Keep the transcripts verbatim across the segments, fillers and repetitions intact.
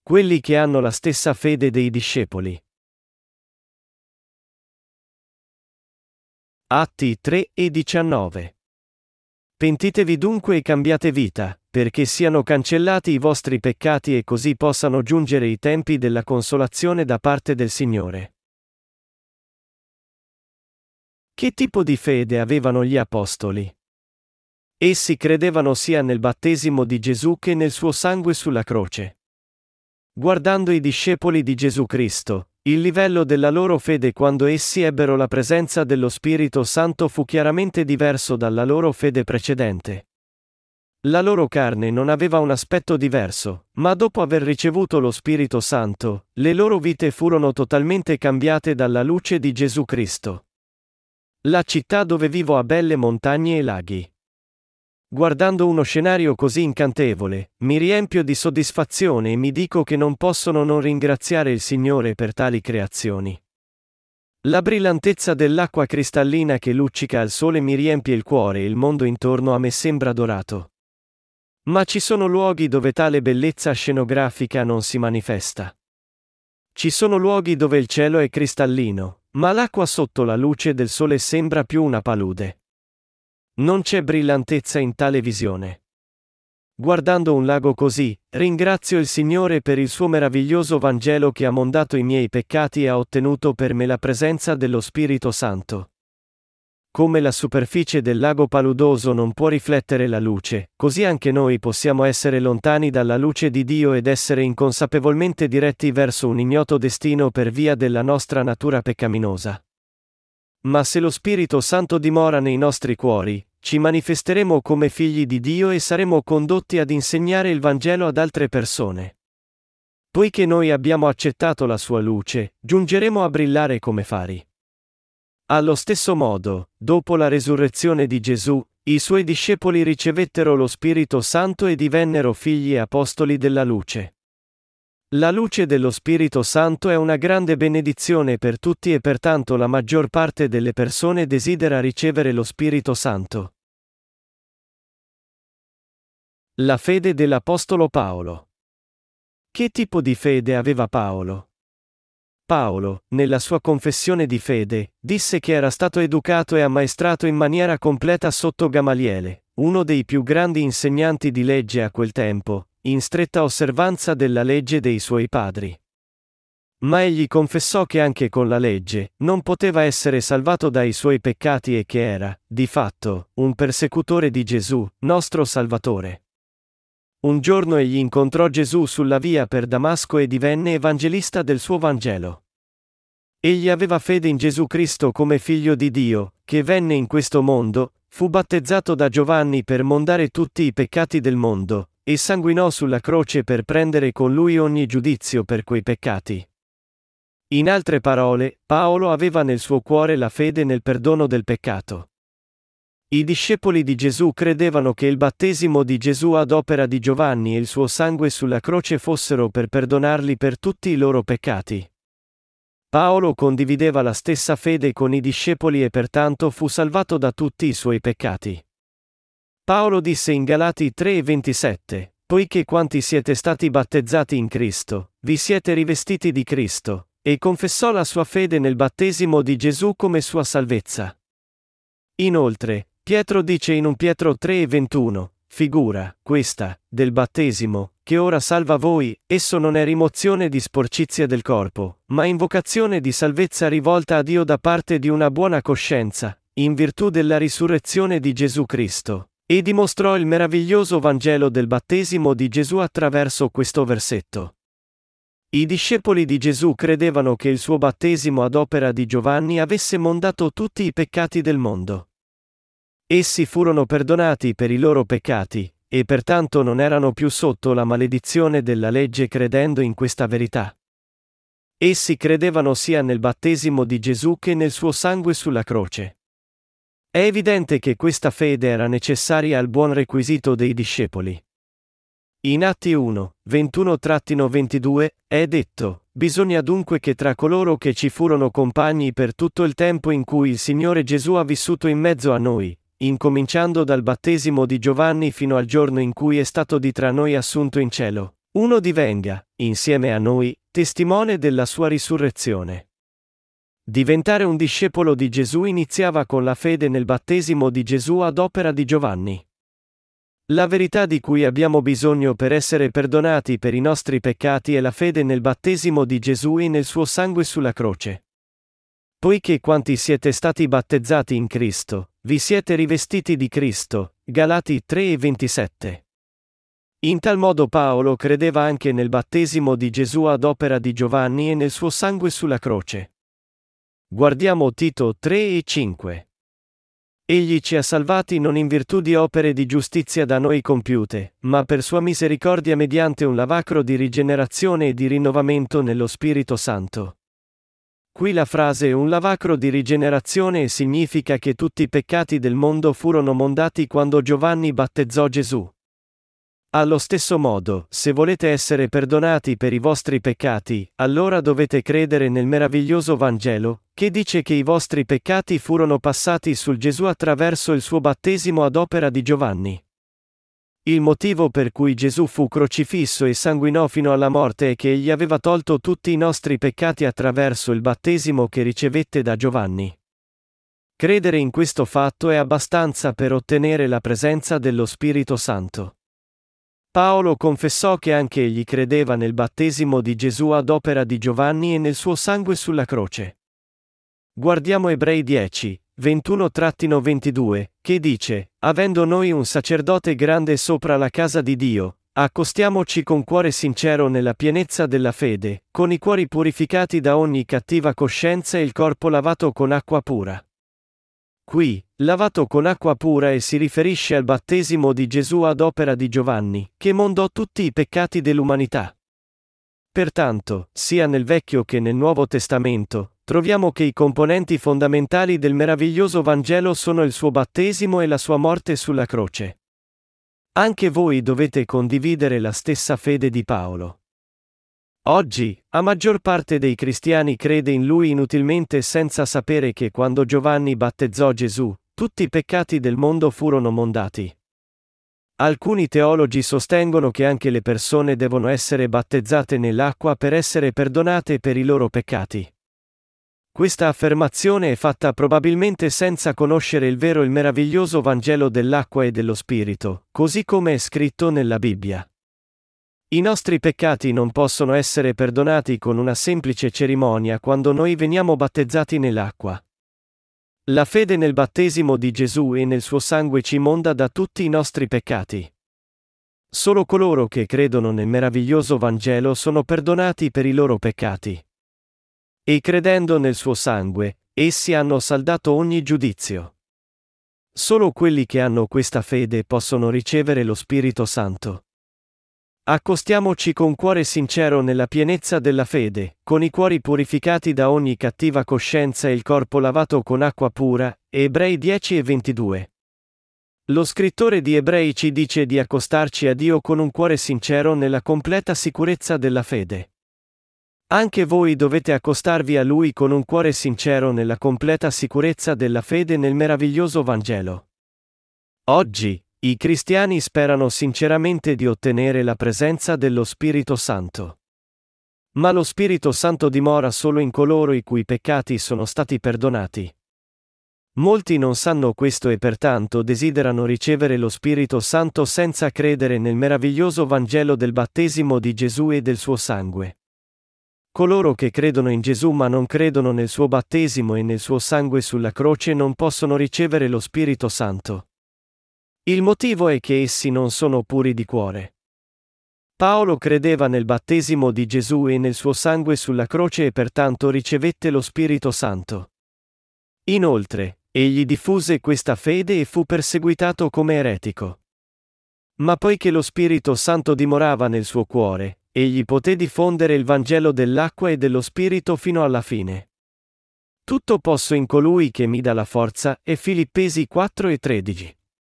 Quelli che hanno la stessa fede dei discepoli. Atti tre e diciannove. Pentitevi dunque e cambiate vita, perché siano cancellati i vostri peccati e così possano giungere i tempi della consolazione da parte del Signore. Che tipo di fede avevano gli apostoli? Essi credevano sia nel battesimo di Gesù che nel suo sangue sulla croce. Guardando i discepoli di Gesù Cristo, il livello della loro fede quando essi ebbero la presenza dello Spirito Santo fu chiaramente diverso dalla loro fede precedente. La loro carne non aveva un aspetto diverso, ma dopo aver ricevuto lo Spirito Santo, le loro vite furono totalmente cambiate dalla luce di Gesù Cristo. La città dove vivo ha belle montagne e laghi. Guardando uno scenario così incantevole, mi riempio di soddisfazione e mi dico che non possono non ringraziare il Signore per tali creazioni. La brillantezza dell'acqua cristallina che luccica al sole mi riempie il cuore e il mondo intorno a me sembra dorato. Ma ci sono luoghi dove tale bellezza scenografica non si manifesta. Ci sono luoghi dove il cielo è cristallino, ma l'acqua sotto la luce del sole sembra più una palude. Non c'è brillantezza in tale visione. Guardando un lago così, ringrazio il Signore per il suo meraviglioso Vangelo che ha mondato i miei peccati e ha ottenuto per me la presenza dello Spirito Santo. Come la superficie del lago paludoso non può riflettere la luce, così anche noi possiamo essere lontani dalla luce di Dio ed essere inconsapevolmente diretti verso un ignoto destino per via della nostra natura peccaminosa. Ma se lo Spirito Santo dimora nei nostri cuori, ci manifesteremo come figli di Dio e saremo condotti ad insegnare il Vangelo ad altre persone. Poiché noi abbiamo accettato la sua luce, giungeremo a brillare come fari. Allo stesso modo, dopo la resurrezione di Gesù, i suoi discepoli ricevettero lo Spirito Santo e divennero figli e apostoli della luce. La luce dello Spirito Santo è una grande benedizione per tutti e pertanto la maggior parte delle persone desidera ricevere lo Spirito Santo. La fede dell'Apostolo Paolo. Che tipo di fede aveva Paolo? Paolo, nella sua confessione di fede, disse che era stato educato e ammaestrato in maniera completa sotto Gamaliele, uno dei più grandi insegnanti di legge a quel tempo, in stretta osservanza della legge dei suoi padri. Ma egli confessò che anche con la legge, non poteva essere salvato dai suoi peccati e che era, di fatto, un persecutore di Gesù, nostro Salvatore. Un giorno egli incontrò Gesù sulla via per Damasco e divenne evangelista del suo Vangelo. Egli aveva fede in Gesù Cristo come figlio di Dio, che venne in questo mondo, fu battezzato da Giovanni per mondare tutti i peccati del mondo, e sanguinò sulla croce per prendere con lui ogni giudizio per quei peccati. In altre parole, Paolo aveva nel suo cuore la fede nel perdono del peccato. I discepoli di Gesù credevano che il battesimo di Gesù ad opera di Giovanni e il suo sangue sulla croce fossero per perdonarli per tutti i loro peccati. Paolo condivideva la stessa fede con i discepoli e pertanto fu salvato da tutti i suoi peccati. Paolo disse in Galati tre e ventisette, poiché quanti siete stati battezzati in Cristo, vi siete rivestiti di Cristo, e confessò la sua fede nel battesimo di Gesù come sua salvezza. Inoltre, Pietro dice in un Pietro tre e ventuno, figura, questa, del battesimo, che ora salva voi, esso non è rimozione di sporcizia del corpo, ma invocazione di salvezza rivolta a Dio da parte di una buona coscienza, in virtù della risurrezione di Gesù Cristo. E dimostrò il meraviglioso Vangelo del battesimo di Gesù attraverso questo versetto. I discepoli di Gesù credevano che il suo battesimo ad opera di Giovanni avesse mondato tutti i peccati del mondo. Essi furono perdonati per i loro peccati, e pertanto non erano più sotto la maledizione della legge credendo in questa verità. Essi credevano sia nel battesimo di Gesù che nel suo sangue sulla croce. È evidente che questa fede era necessaria al buon requisito dei discepoli. In Atti uno, ventuno ventidue, è detto, bisogna dunque che tra coloro che ci furono compagni per tutto il tempo in cui il Signore Gesù ha vissuto in mezzo a noi, incominciando dal battesimo di Giovanni fino al giorno in cui è stato di tra noi assunto in cielo, Uno divenga, insieme a noi, testimone della sua risurrezione. Diventare un discepolo di Gesù iniziava con la fede nel battesimo di Gesù ad opera di Giovanni. La verità di cui abbiamo bisogno per essere perdonati per i nostri peccati è la fede nel battesimo di Gesù e nel suo sangue sulla croce. Poiché quanti siete stati battezzati in Cristo, vi siete rivestiti di Cristo. Galati tre e ventisette. In tal modo Paolo credeva anche nel battesimo di Gesù ad opera di Giovanni e nel suo sangue sulla croce. Guardiamo Tito tre e cinque. Egli ci ha salvati non in virtù di opere di giustizia da noi compiute, ma per sua misericordia mediante un lavacro di rigenerazione e di rinnovamento nello Spirito Santo. Qui la frase un lavacro di rigenerazione significa che tutti i peccati del mondo furono mondati quando Giovanni battezzò Gesù. Allo stesso modo, se volete essere perdonati per i vostri peccati, allora dovete credere nel meraviglioso Vangelo, che dice che i vostri peccati furono passati sul Gesù attraverso il suo battesimo ad opera di Giovanni. Il motivo per cui Gesù fu crocifisso e sanguinò fino alla morte è che egli aveva tolto tutti i nostri peccati attraverso il battesimo che ricevette da Giovanni. Credere in questo fatto è abbastanza per ottenere la presenza dello Spirito Santo. Paolo confessò che anche egli credeva nel battesimo di Gesù ad opera di Giovanni e nel suo sangue sulla croce. Guardiamo Ebrei dieci, ventuno ventidue, che dice: avendo noi un sacerdote grande sopra la casa di Dio, accostiamoci con cuore sincero nella pienezza della fede, con i cuori purificati da ogni cattiva coscienza e il corpo lavato con acqua pura. Qui, lavato con acqua pura e si riferisce al battesimo di Gesù ad opera di Giovanni, che mondò tutti i peccati dell'umanità. Pertanto, sia nel Vecchio che nel Nuovo Testamento, troviamo che i componenti fondamentali del meraviglioso Vangelo sono il suo battesimo e la sua morte sulla croce. Anche voi dovete condividere la stessa fede di Paolo. Oggi, a maggior parte dei cristiani crede in lui inutilmente senza sapere che quando Giovanni battezzò Gesù, tutti i peccati del mondo furono mondati. Alcuni teologi sostengono che anche le persone devono essere battezzate nell'acqua per essere perdonate per i loro peccati. Questa affermazione è fatta probabilmente senza conoscere il vero e il meraviglioso Vangelo dell'acqua e dello Spirito, così come è scritto nella Bibbia. I nostri peccati non possono essere perdonati con una semplice cerimonia quando noi veniamo battezzati nell'acqua. La fede nel battesimo di Gesù e nel suo sangue ci monda da tutti i nostri peccati. Solo coloro che credono nel meraviglioso Vangelo sono perdonati per i loro peccati. E credendo nel suo sangue, essi hanno saldato ogni giudizio. Solo quelli che hanno questa fede possono ricevere lo Spirito Santo. Accostiamoci con cuore sincero nella pienezza della fede, con i cuori purificati da ogni cattiva coscienza e il corpo lavato con acqua pura. Ebrei dieci e ventidue. Lo scrittore di Ebrei ci dice di accostarci a Dio con un cuore sincero nella completa sicurezza della fede. Anche voi dovete accostarvi a Lui con un cuore sincero nella completa sicurezza della fede nel meraviglioso Vangelo. Oggi, i cristiani sperano sinceramente di ottenere la presenza dello Spirito Santo. Ma lo Spirito Santo dimora solo in coloro i cui peccati sono stati perdonati. Molti non sanno questo e pertanto desiderano ricevere lo Spirito Santo senza credere nel meraviglioso Vangelo del battesimo di Gesù e del suo sangue. Coloro che credono in Gesù ma non credono nel suo battesimo e nel suo sangue sulla croce non possono ricevere lo Spirito Santo. Il motivo è che essi non sono puri di cuore. Paolo credeva nel battesimo di Gesù e nel suo sangue sulla croce e pertanto ricevette lo Spirito Santo. Inoltre, egli diffuse questa fede e fu perseguitato come eretico. Ma poiché lo Spirito Santo dimorava nel suo cuore, egli poté diffondere il Vangelo dell'acqua e dello Spirito fino alla fine. Tutto posso in colui che mi dà la forza, e Filippesi quattro e tredici.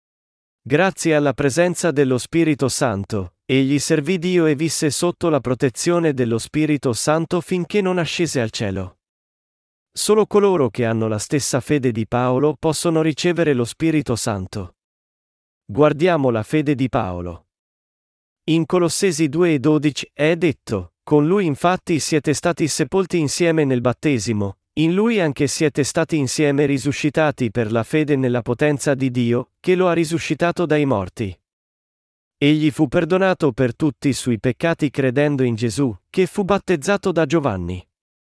Grazie alla presenza dello Spirito Santo, egli servì Dio e visse sotto la protezione dello Spirito Santo finché non ascese al cielo. Solo coloro che hanno la stessa fede di Paolo possono ricevere lo Spirito Santo. Guardiamo la fede di Paolo. In Colossesi due e dodici è detto: con lui infatti siete stati sepolti insieme nel battesimo, in lui anche siete stati insieme risuscitati per la fede nella potenza di Dio, che lo ha risuscitato dai morti. Egli fu perdonato per tutti i suoi peccati credendo in Gesù, che fu battezzato da Giovanni.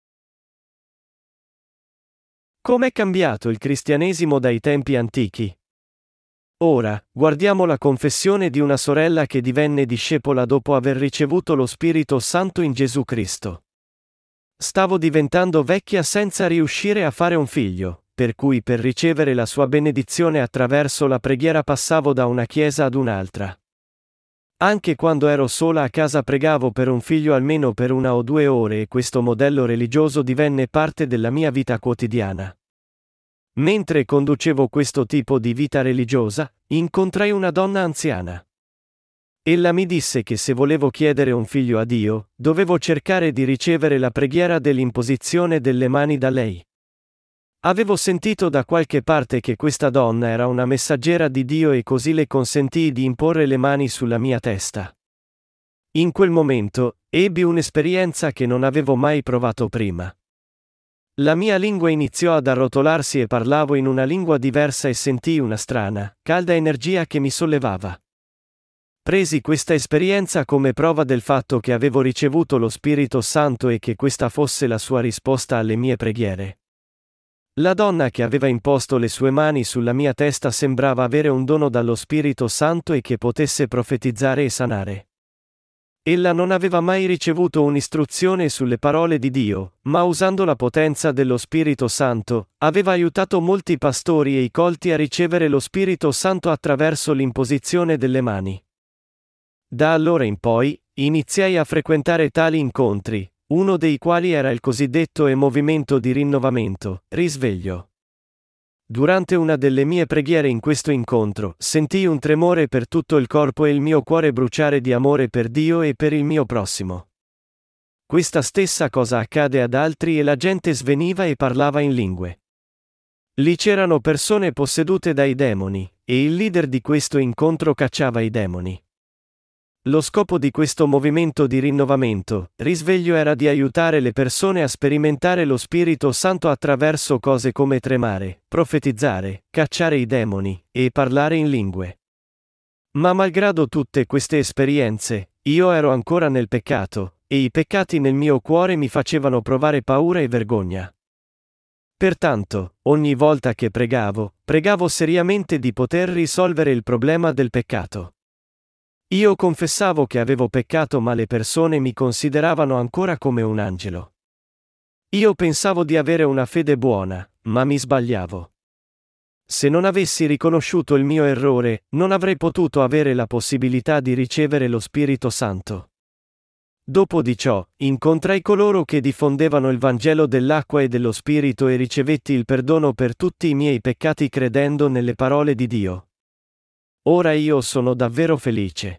Com'è cambiato il cristianesimo dai tempi antichi? Ora, guardiamo la confessione di una sorella che divenne discepola dopo aver ricevuto lo Spirito Santo in Gesù Cristo. Stavo diventando vecchia senza riuscire a fare un figlio, per cui per ricevere la sua benedizione attraverso la preghiera passavo da una chiesa ad un'altra. Anche quando ero sola a casa pregavo per un figlio almeno per una o due ore e questo modello religioso divenne parte della mia vita quotidiana. Mentre conducevo questo tipo di vita religiosa, incontrai una donna anziana. Ella mi disse che se volevo chiedere un figlio a Dio, dovevo cercare di ricevere la preghiera dell'imposizione delle mani da lei. Avevo sentito da qualche parte che questa donna era una messaggera di Dio e così le consentii di imporre le mani sulla mia testa. In quel momento, ebbi un'esperienza che non avevo mai provato prima. La mia lingua iniziò ad arrotolarsi e parlavo in una lingua diversa e sentii una strana, calda energia che mi sollevava. Presi questa esperienza come prova del fatto che avevo ricevuto lo Spirito Santo e che questa fosse la sua risposta alle mie preghiere. La donna che aveva imposto le sue mani sulla mia testa sembrava avere un dono dallo Spirito Santo e che potesse profetizzare e sanare. Ella non aveva mai ricevuto un'istruzione sulle parole di Dio, ma usando la potenza dello Spirito Santo, aveva aiutato molti pastori e i colti a ricevere lo Spirito Santo attraverso l'imposizione delle mani. Da allora in poi, iniziai a frequentare tali incontri, uno dei quali era il cosiddetto e movimento di rinnovamento, risveglio. Durante una delle mie preghiere in questo incontro, sentii un tremore per tutto il corpo e il mio cuore bruciare di amore per Dio e per il mio prossimo. Questa stessa cosa accade ad altri e la gente sveniva e parlava in lingue. Lì c'erano persone possedute dai demoni, e il leader di questo incontro cacciava i demoni. Lo scopo di questo movimento di rinnovamento, risveglio era di aiutare le persone a sperimentare lo Spirito Santo attraverso cose come tremare, profetizzare, cacciare i demoni, e parlare in lingue. Ma malgrado tutte queste esperienze, io ero ancora nel peccato, e i peccati nel mio cuore mi facevano provare paura e vergogna. Pertanto, ogni volta che pregavo, pregavo seriamente di poter risolvere il problema del peccato. Io confessavo che avevo peccato ma le persone mi consideravano ancora come un angelo. Io pensavo di avere una fede buona, ma mi sbagliavo. Se non avessi riconosciuto il mio errore, non avrei potuto avere la possibilità di ricevere lo Spirito Santo. Dopo di ciò, incontrai coloro che diffondevano il Vangelo dell'acqua e dello Spirito e ricevetti il perdono per tutti i miei peccati credendo nelle parole di Dio. Ora io sono davvero felice.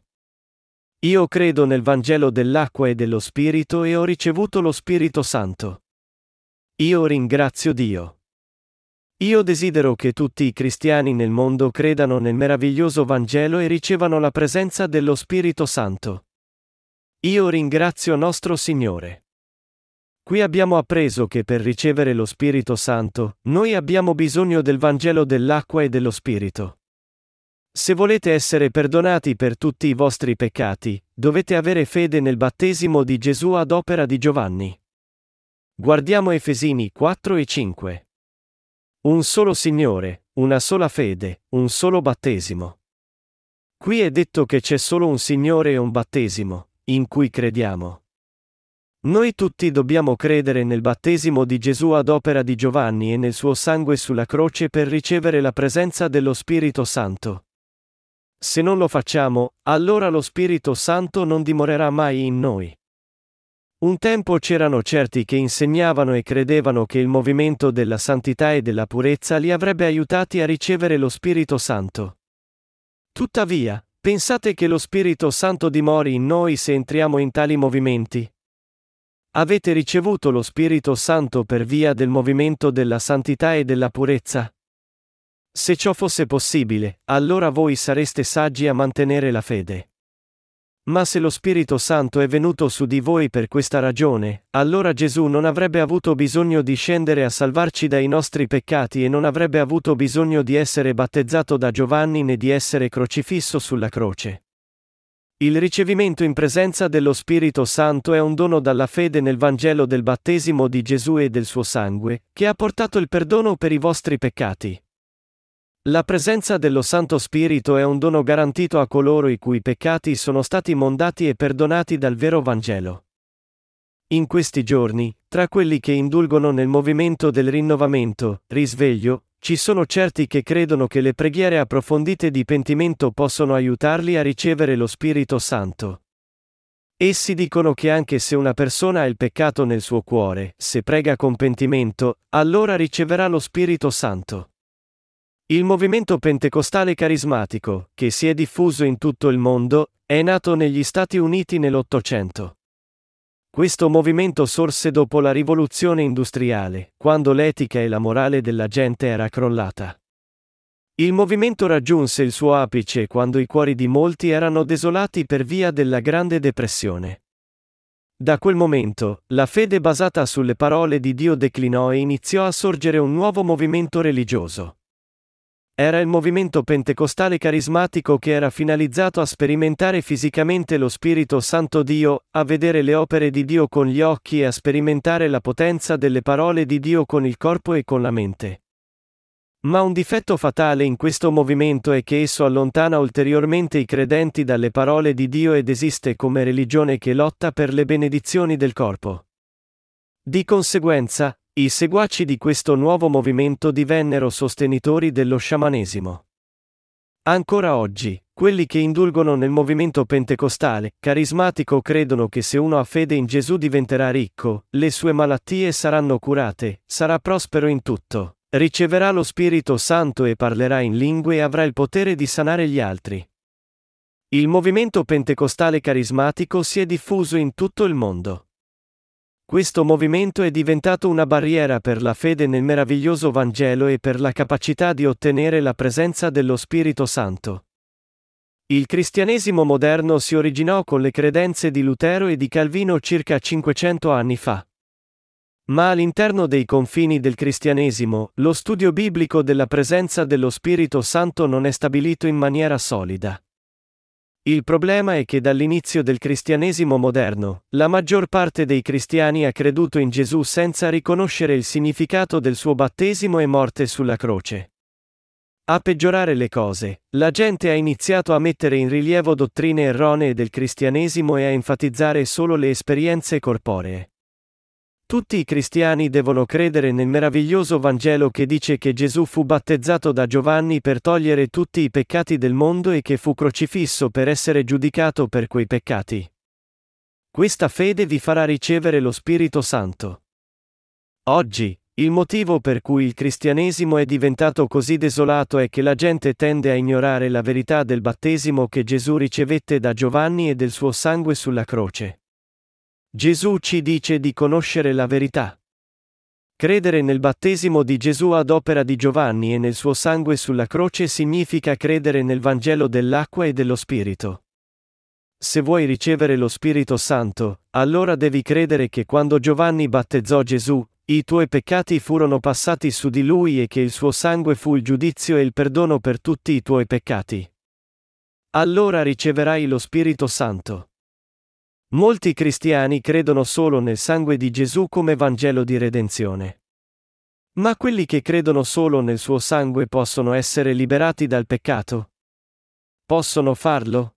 Io credo nel Vangelo dell'acqua e dello Spirito e ho ricevuto lo Spirito Santo. Io ringrazio Dio. Io desidero che tutti i cristiani nel mondo credano nel meraviglioso Vangelo e ricevano la presenza dello Spirito Santo. Io ringrazio nostro Signore. Qui abbiamo appreso che per ricevere lo Spirito Santo, noi abbiamo bisogno del Vangelo dell'acqua e dello Spirito. Se volete essere perdonati per tutti i vostri peccati, dovete avere fede nel battesimo di Gesù ad opera di Giovanni. Guardiamo Efesini quattro e cinque. Un solo Signore, una sola fede, un solo battesimo. Qui è detto che c'è solo un Signore e un battesimo, in cui crediamo. Noi tutti dobbiamo credere nel battesimo di Gesù ad opera di Giovanni e nel suo sangue sulla croce per ricevere la presenza dello Spirito Santo. Se non lo facciamo, allora lo Spirito Santo non dimorerà mai in noi. Un tempo c'erano certi che insegnavano e credevano che il movimento della santità e della purezza li avrebbe aiutati a ricevere lo Spirito Santo. Tuttavia, pensate che lo Spirito Santo dimori in noi se entriamo in tali movimenti? Avete ricevuto lo Spirito Santo per via del movimento della santità e della purezza? Se ciò fosse possibile, allora voi sareste saggi a mantenere la fede. Ma se lo Spirito Santo è venuto su di voi per questa ragione, allora Gesù non avrebbe avuto bisogno di scendere a salvarci dai nostri peccati e non avrebbe avuto bisogno di essere battezzato da Giovanni né di essere crocifisso sulla croce. Il ricevimento in presenza dello Spirito Santo è un dono dalla fede nel Vangelo del battesimo di Gesù e del suo sangue, che ha portato il perdono per i vostri peccati. La presenza dello Santo Spirito è un dono garantito a coloro i cui peccati sono stati mondati e perdonati dal vero Vangelo. In questi giorni, tra quelli che indulgono nel movimento del rinnovamento, risveglio, ci sono certi che credono che le preghiere approfondite di pentimento possono aiutarli a ricevere lo Spirito Santo. Essi dicono che anche se una persona ha il peccato nel suo cuore, se prega con pentimento, allora riceverà lo Spirito Santo. Il movimento pentecostale carismatico, che si è diffuso in tutto il mondo, è nato negli Stati Uniti nell'Ottocento. Questo movimento sorse dopo la rivoluzione industriale, quando l'etica e la morale della gente era crollata. Il movimento raggiunse il suo apice quando i cuori di molti erano desolati per via della Grande Depressione. Da quel momento, la fede basata sulle parole di Dio declinò e iniziò a sorgere un nuovo movimento religioso. Era il movimento pentecostale carismatico che era finalizzato a sperimentare fisicamente lo Spirito Santo Dio, a vedere le opere di Dio con gli occhi e a sperimentare la potenza delle parole di Dio con il corpo e con la mente. Ma un difetto fatale in questo movimento è che esso allontana ulteriormente i credenti dalle parole di Dio ed esiste come religione che lotta per le benedizioni del corpo. Di conseguenza, i seguaci di questo nuovo movimento divennero sostenitori dello sciamanesimo. Ancora oggi, quelli che indulgono nel movimento pentecostale, carismatico credono che se uno ha fede in Gesù diventerà ricco, le sue malattie saranno curate, sarà prospero in tutto, riceverà lo Spirito Santo e parlerà in lingue e avrà il potere di sanare gli altri. Il movimento pentecostale carismatico si è diffuso in tutto il mondo. Questo movimento è diventato una barriera per la fede nel meraviglioso Vangelo e per la capacità di ottenere la presenza dello Spirito Santo. Il cristianesimo moderno si originò con le credenze di Lutero e di Calvino circa cinquecento anni fa. Ma all'interno dei confini del cristianesimo, lo studio biblico della presenza dello Spirito Santo non è stabilito in maniera solida. Il problema è che dall'inizio del cristianesimo moderno, la maggior parte dei cristiani ha creduto in Gesù senza riconoscere il significato del suo battesimo e morte sulla croce. A peggiorare le cose, la gente ha iniziato a mettere in rilievo dottrine erronee del cristianesimo e a enfatizzare solo le esperienze corporee. Tutti i cristiani devono credere nel meraviglioso Vangelo che dice che Gesù fu battezzato da Giovanni per togliere tutti i peccati del mondo e che fu crocifisso per essere giudicato per quei peccati. Questa fede vi farà ricevere lo Spirito Santo. Oggi, il motivo per cui il cristianesimo è diventato così desolato è che la gente tende a ignorare la verità del battesimo che Gesù ricevette da Giovanni e del suo sangue sulla croce. Gesù ci dice di conoscere la verità. Credere nel battesimo di Gesù ad opera di Giovanni e nel suo sangue sulla croce significa credere nel Vangelo dell'acqua e dello Spirito. Se vuoi ricevere lo Spirito Santo, allora devi credere che quando Giovanni battezzò Gesù, i tuoi peccati furono passati su di lui e che il suo sangue fu il giudizio e il perdono per tutti i tuoi peccati. Allora riceverai lo Spirito Santo. Molti cristiani credono solo nel sangue di Gesù come Vangelo di redenzione. Ma quelli che credono solo nel suo sangue possono essere liberati dal peccato? Possono farlo?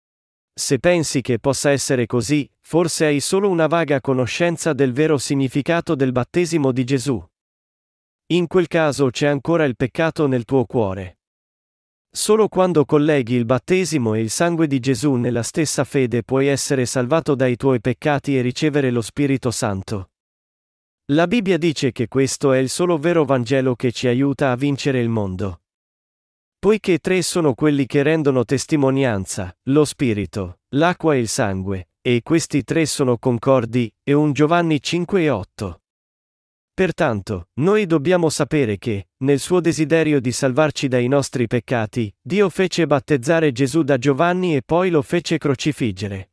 Se pensi che possa essere così, forse hai solo una vaga conoscenza del vero significato del battesimo di Gesù. In quel caso c'è ancora il peccato nel tuo cuore. Solo quando colleghi il battesimo e il sangue di Gesù nella stessa fede puoi essere salvato dai tuoi peccati e ricevere lo Spirito Santo. La Bibbia dice che questo è il solo vero Vangelo che ci aiuta a vincere il mondo. Poiché tre sono quelli che rendono testimonianza, lo Spirito, l'acqua e il sangue, e questi tre sono concordi, e un Giovanni cinque e otto. Pertanto, noi dobbiamo sapere che, nel suo desiderio di salvarci dai nostri peccati, Dio fece battezzare Gesù da Giovanni e poi lo fece crocifiggere.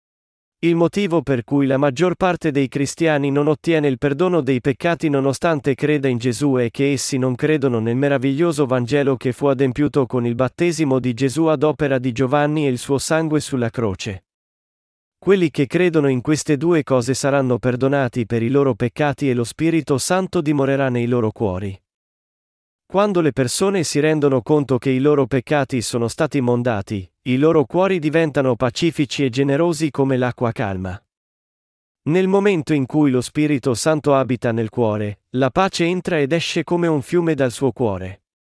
Il motivo per cui la maggior parte dei cristiani non ottiene il perdono dei peccati nonostante creda in Gesù è che essi non credono nel meraviglioso Vangelo che fu adempiuto con il battesimo di Gesù ad opera di Giovanni e il suo sangue sulla croce. Quelli che credono in queste due cose saranno perdonati per i loro peccati e lo Spirito Santo dimorerà nei loro cuori. Quando le persone si rendono conto che i loro peccati sono stati mondati, i loro cuori diventano pacifici e generosi come l'acqua calma. Nel momento in cui lo Spirito Santo abita nel cuore, la pace entra ed esce come un fiume dal suo cuore.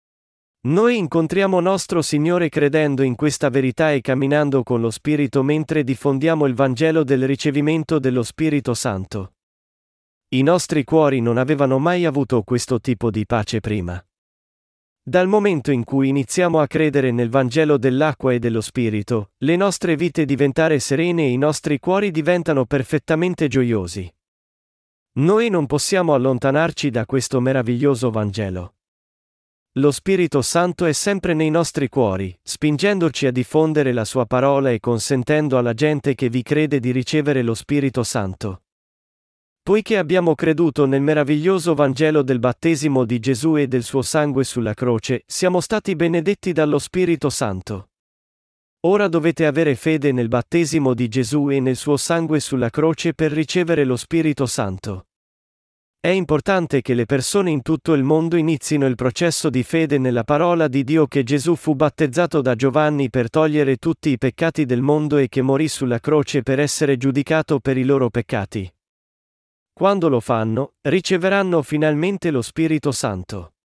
Noi incontriamo nostro Signore credendo in questa verità e camminando con lo Spirito mentre diffondiamo il Vangelo del ricevimento dello Spirito Santo. I nostri cuori non avevano mai avuto questo tipo di pace prima. Dal momento in cui iniziamo a credere nel Vangelo dell'acqua e dello Spirito, le nostre vite diventano serene e i nostri cuori diventano perfettamente gioiosi. Noi non possiamo allontanarci da questo meraviglioso Vangelo. Lo Spirito Santo è sempre nei nostri cuori, spingendoci a diffondere la sua parola e consentendo alla gente che vi crede di ricevere lo Spirito Santo. Poiché abbiamo creduto nel meraviglioso Vangelo del battesimo di Gesù e del suo sangue sulla croce, siamo stati benedetti dallo Spirito Santo. Ora dovete avere fede nel battesimo di Gesù e nel suo sangue sulla croce per ricevere lo Spirito Santo. È importante che le persone in tutto il mondo inizino il processo di fede nella parola di Dio che Gesù fu battezzato da Giovanni per togliere tutti i peccati del mondo e che morì sulla croce per essere giudicato per i loro peccati. Quando lo fanno, riceveranno finalmente lo Spirito Santo.